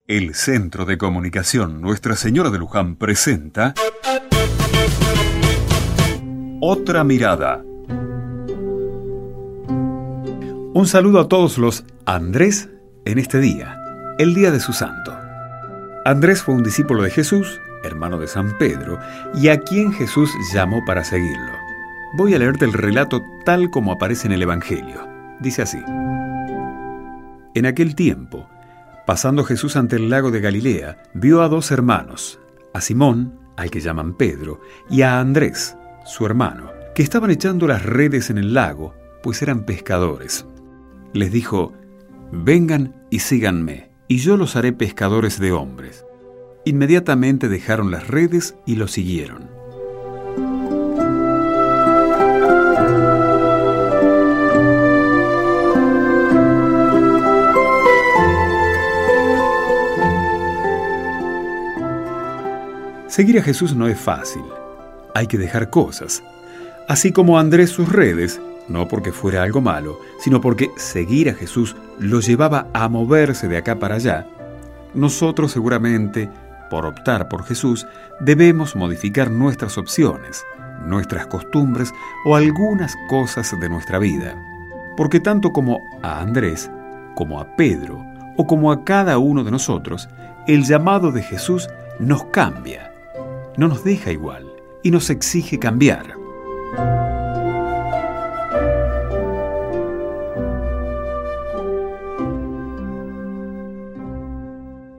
El Centro de Comunicación Nuestra Señora de Luján presenta Otra Mirada. Un saludo a todos los Andrés en este día, el día de su santo. Andrés fue un discípulo de Jesús, hermano de San Pedro, y a quien Jesús llamó para seguirlo. Voy a leerte el relato tal como aparece en el Evangelio. Dice así: En aquel tiempo, pasando Jesús ante el lago de Galilea, vio a dos hermanos, a Simón, al que llaman Pedro, y a Andrés, su hermano, que estaban echando las redes en el lago, pues eran pescadores. Les dijo: «Vengan y síganme, y yo los haré pescadores de hombres». Inmediatamente dejaron las redes y lo siguieron. Seguir a Jesús no es fácil. Hay que dejar cosas. Así como Andrés sus redes, no porque fuera algo malo, sino porque seguir a Jesús lo llevaba a moverse de acá para allá, nosotros seguramente, por optar por Jesús, debemos modificar nuestras opciones, nuestras costumbres o algunas cosas de nuestra vida. Porque tanto como a Andrés, como a Pedro o como a cada uno de nosotros, el llamado de Jesús nos cambia. No nos deja igual y nos exige cambiar.